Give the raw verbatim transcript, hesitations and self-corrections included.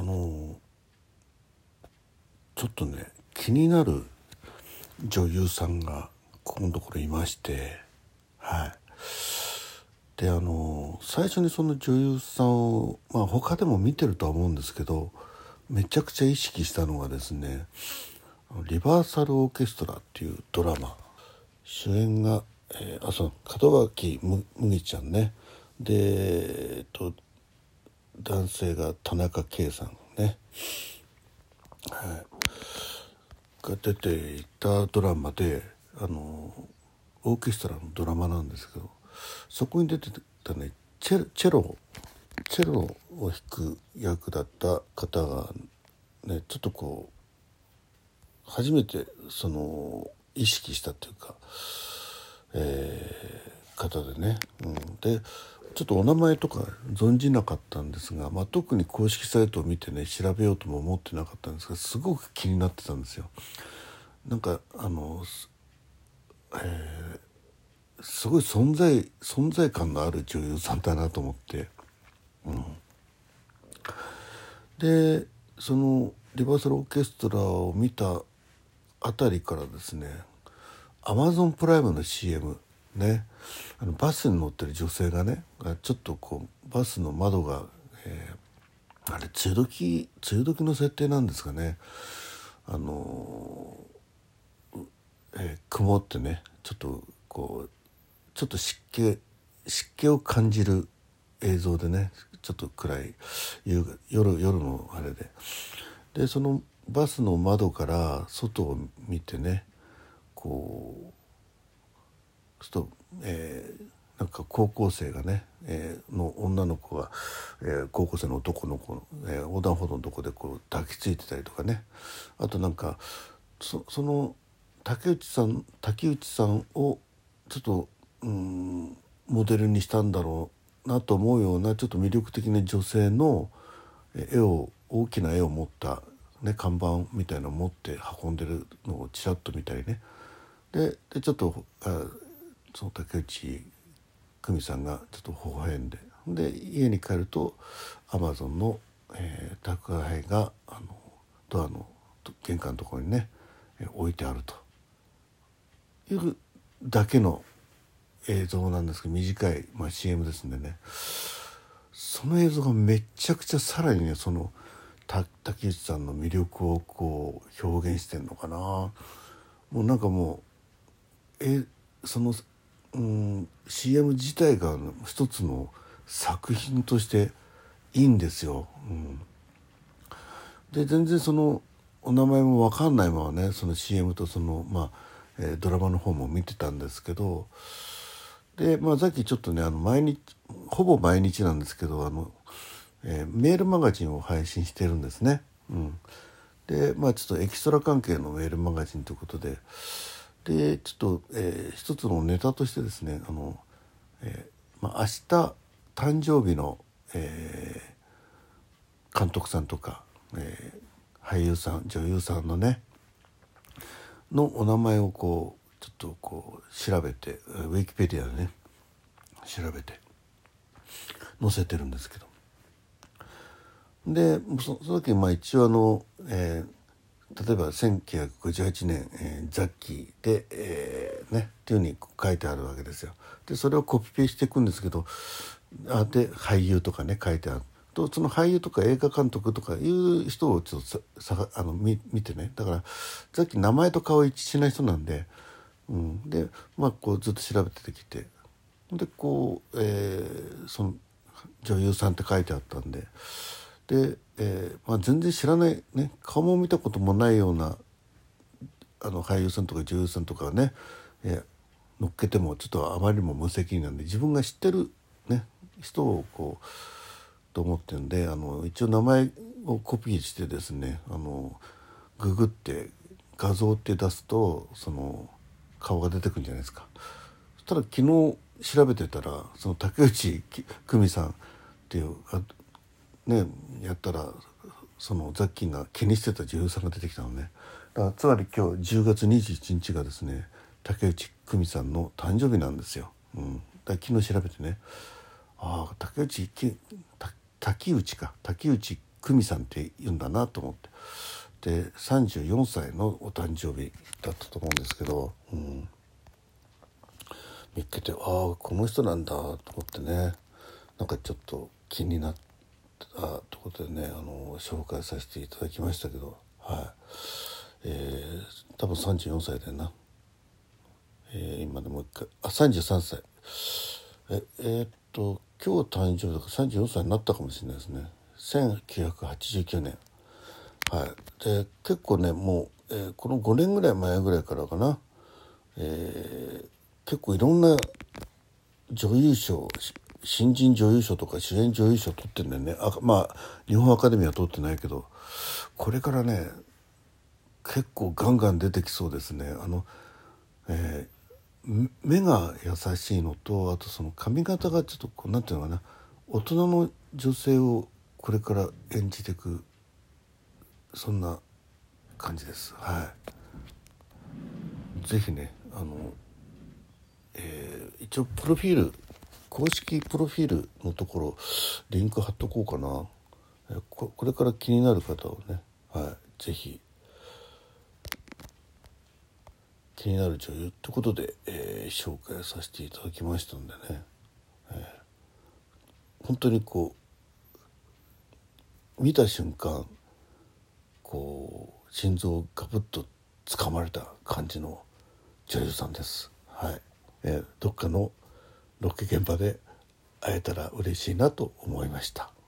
のちょっとね気になる女優さんがここのところいまして、はい。であの最初にその女優さんを、まあ、他でも見てるとは思うんですけど、めちゃくちゃ意識したのがですね、リバーサルオーケストラっていうドラマ、主演が、えー、あそう門脇麦ちゃんね、で、えっと、男性が田中圭さんね、はい、が出ていたドラマで、あのオーケストラのドラマなんですけど、そこに出てたねチェチェロチェロを弾く役だった方がね、ちょっとこう初めてその意識したというか、えー、方でね、うん、でちょっとお名前とか存じなかったんですが、まあ、特に公式サイトを見てね調べようとも思ってなかったんですが、すごく気になってたんですよ。なんかあの、えー、すごい存在存在感のある女優さんだなと思って、うん、でそのリバーサルオーケストラを見たあたりからですね、アマゾンプライムの シーエム ね、あのバスに乗ってる女性がね、ちょっとこうバスの窓が、えー、あれ梅雨時梅雨時の設定なんですかね、あのーえー、曇ってね、ちょっとこうちょっと湿気湿気を感じる映像でね、ちょっと暗い夕夜夜のあれで、でそのバスの窓から外を見てね、こうちょっと、えー、なんか高校生がね、えー、の女の子が、えー、高校生の男の子の、えー、横断歩道のとこでこう抱きついてたりとかね、あとなんか そ, その竹内さん竹内さんをちょっとうーんモデルにしたんだろうなと思うようなちょっと魅力的な女性の絵を大きな絵を持った、ね、看板みたいなのを持って運んでるのをちらっと見たりね、で, でちょっとあその竹内久美さんがちょっと微笑んで、で家に帰るとアマゾンの、えー、宅配があのドアの玄関のところにね、えー、置いてあるというだけの映像なんですけど、短い、まあ、シーエム ですんでね、その映像がめちゃくちゃさらにね、その竹内さんの魅力をこう表現してんのかな。もうなんかもうえその、うん、シーエム 自体が一つの作品としていいんですよ、うん、で全然そのお名前も分かんないままね、その シーエム とその、まあえー、ドラマの方も見てたんですけど、で、まあ、さっきちょっとねあの毎日ほぼ毎日なんですけど、あの、えー、メールマガジンを配信してるんですね、うん、でまあちょっとエキストラ関係のメールマガジンということで、でちょっと、えー、一つのネタとしてですね、あの、えーまあ、明日誕生日の、えー、監督さんとか、えー、俳優さん女優さんのねのお名前をこうちょっとこう調べて、ウィキペディアでね調べて載せてるんですけど、で そ, その時まあ一応あの、えー、例えばせんきゅうひゃくごじゅうはちねん、えー、ザッキーで、えー、ねっていうふうに書いてあるわけですよ。でそれをコピペしていくんですけど、あで俳優とかね書いてあると、その俳優とか映画監督とかいう人をちょっとささあの 見, 見てね、だからザッキー名前と顔一致しない人なんで、うん、でまあこうずっと調べてきて、でこう、えー、その女優さんって書いてあったんで、で、えーまあ、全然知らないね、顔も見たこともないようなあの俳優さんとか女優さんとかね、えー、乗っけてもちょっとあまりにも無責任なんで、自分が知ってる、ね、人をこうと思ってるんで、あの一応名前をコピーしてですね、あのググって画像って出すとその顔が出てくるんじゃないですか。そしたら昨日調べてたら、その竹内久美さんっていうねやったら、そのザッキーが気にしてた女優さんが出てきたのね。だからつまり今日じゅうがつにじゅういちにちがですね、竹内久美さんの誕生日なんですよ、うん、だ昨日調べてね、ああ竹内滝内か滝内久美さんって言うんだなと思って、でさんじゅうよんさいのお誕生日だったと思うんですけど、うん、見っけて、ああこの人なんだと思ってね、なんかちょっと気になったということでね、あの紹介させていただきましたけど、はい、えー、多分さんじゅうよんさいだよな、えー、今でもう一回あさんじゅうさんさい、ええー、っと今日誕生日だからさんじゅうよんさいになったかもしれないですね。せんきゅうひゃくはちじゅうきゅうねん、はい、で結構ねもう、えー、このごねんぐらい前ぐらいからかな、えー、結構いろんな女優賞、新人女優賞とか主演女優賞取ってんだよね。あ、まあ日本アカデミーは取ってないけど、これからね結構ガンガン出てきそうですね。あの、えー、目が優しいのと、あとその髪型がちょっとこうなんていうのかな、大人の女性をこれから演じていく、そんな感じです。はい。ぜひね、あの、えー、一応プロフィール、公式プロフィールのところリンク貼っとこうかな。えー、こ, これから気になる方をね、はい、ぜひ気になる女優ってことで、えー、紹介させていただきましたんでね、えー、本当にこう見た瞬間こう心臓をガブッと掴まれた感じの女優さんです。はい、えー、どっかのロケ現場で会えたら嬉しいなと思いました。